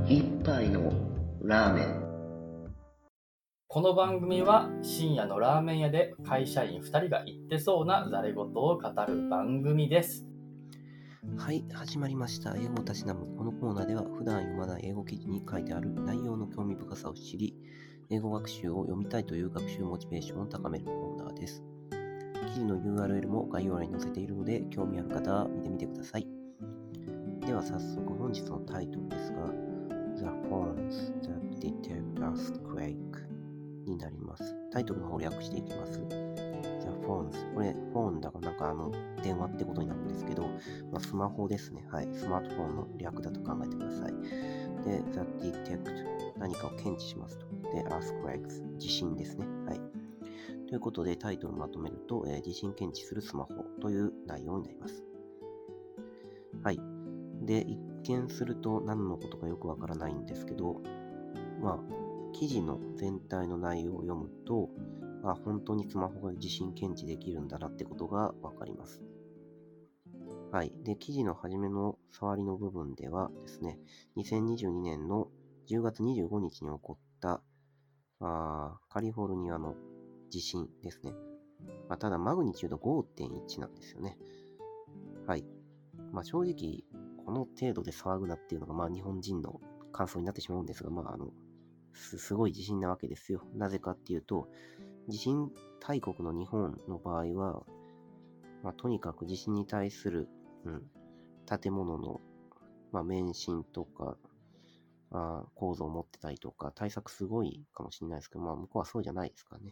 一杯のラーメン。 この番組は深夜のラーメン屋で会社員2人が言ってそうなざれ言を語る番組です。 はい、始まりました。英語をたしなむ。このコーナーでは普段読まない英語記事に書いてある内容の興味深さを知り、英語学習を読みたいという学習モチベーションを高めるコーナーです。記事の URL も概要欄に載せているので、興味ある方は見てみてください。では早速本日のタイトルですが、The Phones That Detect Earthquake になります。タイトルの方を略していきます。The Phones。これ、フォンだから電話ってことになるんですけど、スマホですね。はい。スマートフォンの略だと考えてください。で、That Detect。何かを検知しますと。で、Earthquakes。地震ですね。はい。ということで、タイトルをまとめると、地震検知するスマホという内容になります。はい。で、一見すると何のことかよくわからないんですけど、記事の全体の内容を読むと、本当にスマホが地震検知できるんだなってことがわかります。はい。で、記事の初めの触りの部分ではですね、2022年の10月25日に起こったカリフォルニアの地震ですね。ただ、マグニチュード 5.1 なんですよね。はい。正直、この程度で騒ぐなっていうのが、日本人の感想になってしまうんですが、すごい地震なわけですよ。なぜかっていうと、地震大国の日本の場合は、とにかく地震に対する、建物の、免震とか、構造を持ってたりとか、対策すごいかもしれないですけど、向こうはそうじゃないですからね。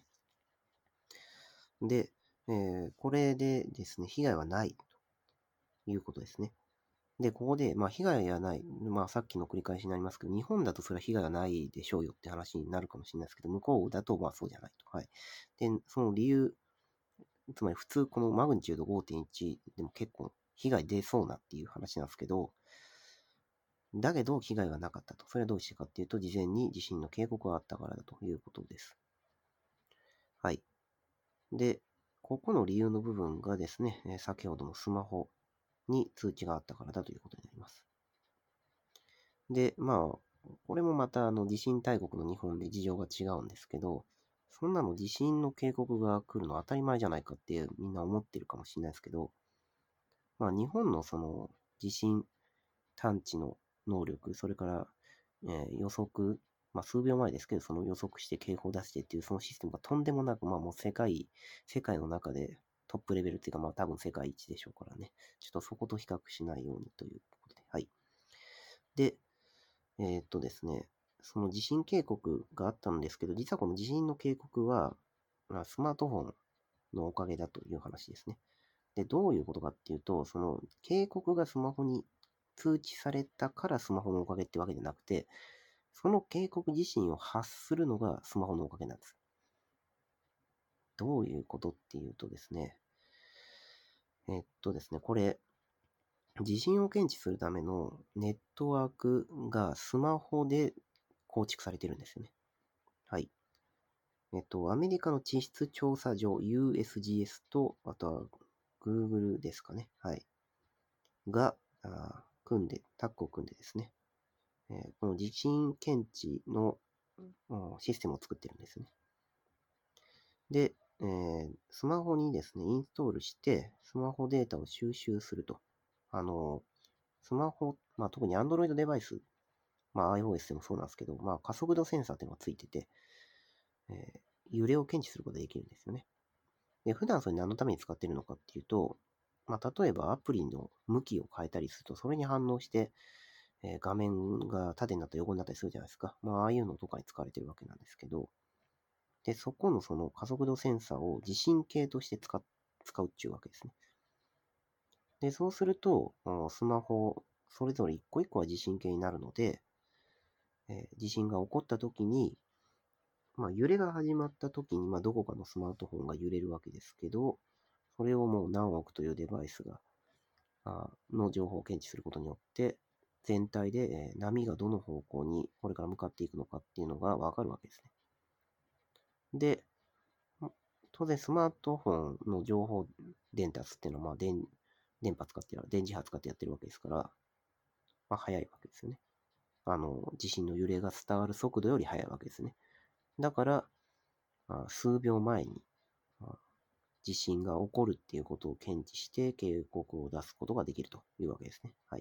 で、これでですね、被害はないということですね。で、ここで、被害はない。さっきの繰り返しになりますけど、日本だとそれは被害がないでしょうよって話になるかもしれないですけど、向こうだとそうじゃないと。はい。で、その理由、つまり普通このマグニチュード 5.1 でも結構被害出そうなっていう話なんですけど、だけど被害がなかったと。それはどうしてかっていうと、事前に地震の警告があったからだということです。はい。で、ここの理由の部分がですね、先ほどのスマホに通知があったからだということになります。で、これもまた地震大国の日本で事情が違うんですけど、そんなの地震の警告が来るの当たり前じゃないかってみんな思ってるかもしれないですけど、日本のその地震探知の能力、それから、予測、数秒前ですけど、その予測して警報を出してっていうそのシステムがとんでもなく、もう世界の中でトップレベルっていうか、多分世界一でしょうからね。ちょっとそこと比較しないようにということで、はい。で、ですね、その地震警告があったんですけど、実はこの地震の警告は、スマートフォンのおかげだという話ですね。で、どういうことかっていうと、その警告がスマホに通知されたからスマホのおかげってわけじゃなくて、その警告自身を発するのがスマホのおかげなんです。どういうことっていうとですね、これ、地震を検知するためのネットワークがスマホで構築されてるんですよね。はい。アメリカの地質調査所 USGS と、あとは Google ですかね。はい。が、タッグを組んでですね、この地震検知のシステムを作ってるんですね。で、スマホにですね、インストールして、スマホデータを収集すると。スマホ、特に Android デバイス、iOS でもそうなんですけど、加速度センサーっていうのがついてて、揺れを検知することができるんですよね。で、普段それ何のために使ってるのかっていうと、例えばアプリの向きを変えたりすると、それに反応して、画面が縦になったり横になったりするじゃないですか。ああいうのとかに使われてるわけなんですけど、で、そこのその加速度センサーを地震計として使うっていうわけですね。で、そうすると、スマホ、それぞれ一個一個は地震計になるので、地震が起こった時に、揺れが始まった時に、どこかのスマートフォンが揺れるわけですけど、それをもう何億というデバイスが、の情報を検知することによって、全体で、波がどの方向にこれから向かっていくのかっていうのがわかるわけですね。で、当然スマートフォンの情報伝達っていうのは、電波使って電磁波使ってやってるわけですから、早いわけですよね。 地震の揺れが伝わる速度より速いわけですね。だから、数秒前に地震が起こるっていうことを検知して警告を出すことができるというわけですね。はい。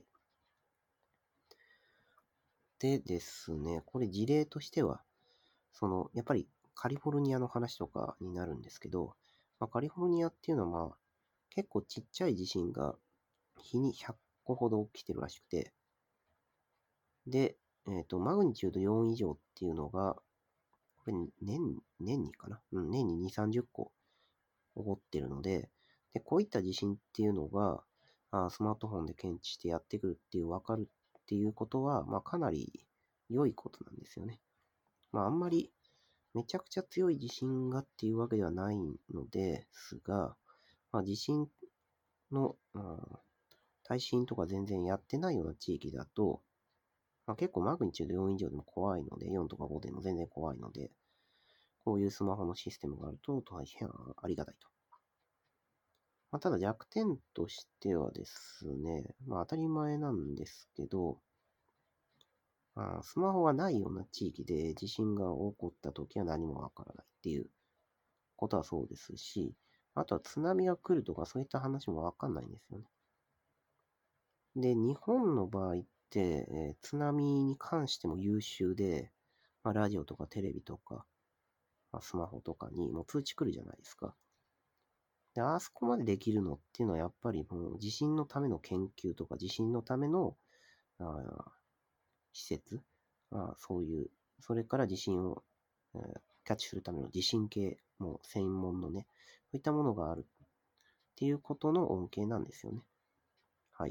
でですね、これ事例としては、やっぱりカリフォルニアの話とかになるんですけど、カリフォルニアっていうのは、結構ちっちゃい地震が日に100個ほど起きてるらしくて、で、マグニチュード4以上っていうのが、これ年にかな、年に2、30個起こってるので、こういった地震っていうのが、スマートフォンで検知してやってくるって分かるっていうことは、かなり良いことなんですよね。あんまりめちゃくちゃ強い地震がっていうわけではないのですが、地震の、耐震とか全然やってないような地域だと、結構マグニチュード4以上でも怖いので、4とか5でも全然怖いので、こういうスマホのシステムがあると大変ありがたいと。ただ弱点としてはですね、当たり前なんですけど、スマホがないような地域で地震が起こった時は何もわからないっていうことはそうですし、あとは津波が来るとかそういった話もわかんないんですよね。で、日本の場合って、津波に関しても優秀で、ラジオとかテレビとか、スマホとかにもう通知来るじゃないですか。で、あそこまでできるのっていうのはやっぱりもう地震のための研究とか地震のための施設、そういう、それから地震を、キャッチするための地震計、もう専門のね、そういったものがあるっていうことの恩恵なんですよね。はい。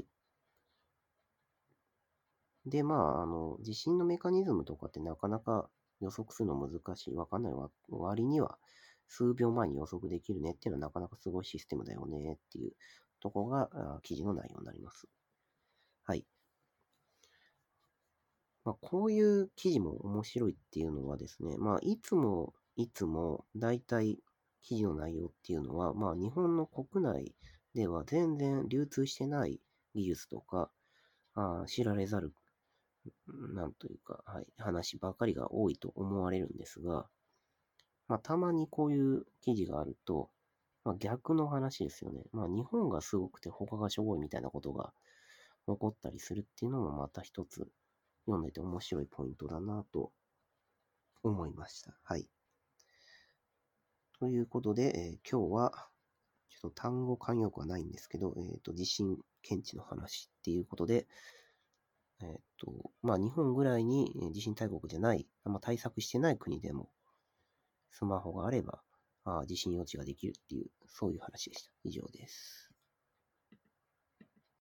で、地震のメカニズムとかってなかなか予測するの難しい、わかんない割には、数秒前に予測できるねっていうのはなかなかすごいシステムだよねっていうところが記事の内容になります。はい。こういう記事も面白いっていうのはですね、いつも大体記事の内容っていうのは、日本の国内では全然流通してない技術とか、知られざる、なんというか、はい、話ばかりが多いと思われるんですが、たまにこういう記事があると、逆の話ですよね。日本がすごくて他がしょぼいみたいなことが起こったりするっていうのもまた一つ読んでて面白いポイントだなと思いました。はい。ということで、今日はちょっと単語慣用句はないんですけど、地震検知の話っていうことで、日本ぐらいに地震大国じゃない、対策してない国でも、スマホがあれば、地震予知ができるっていう、そういう話でした。以上です。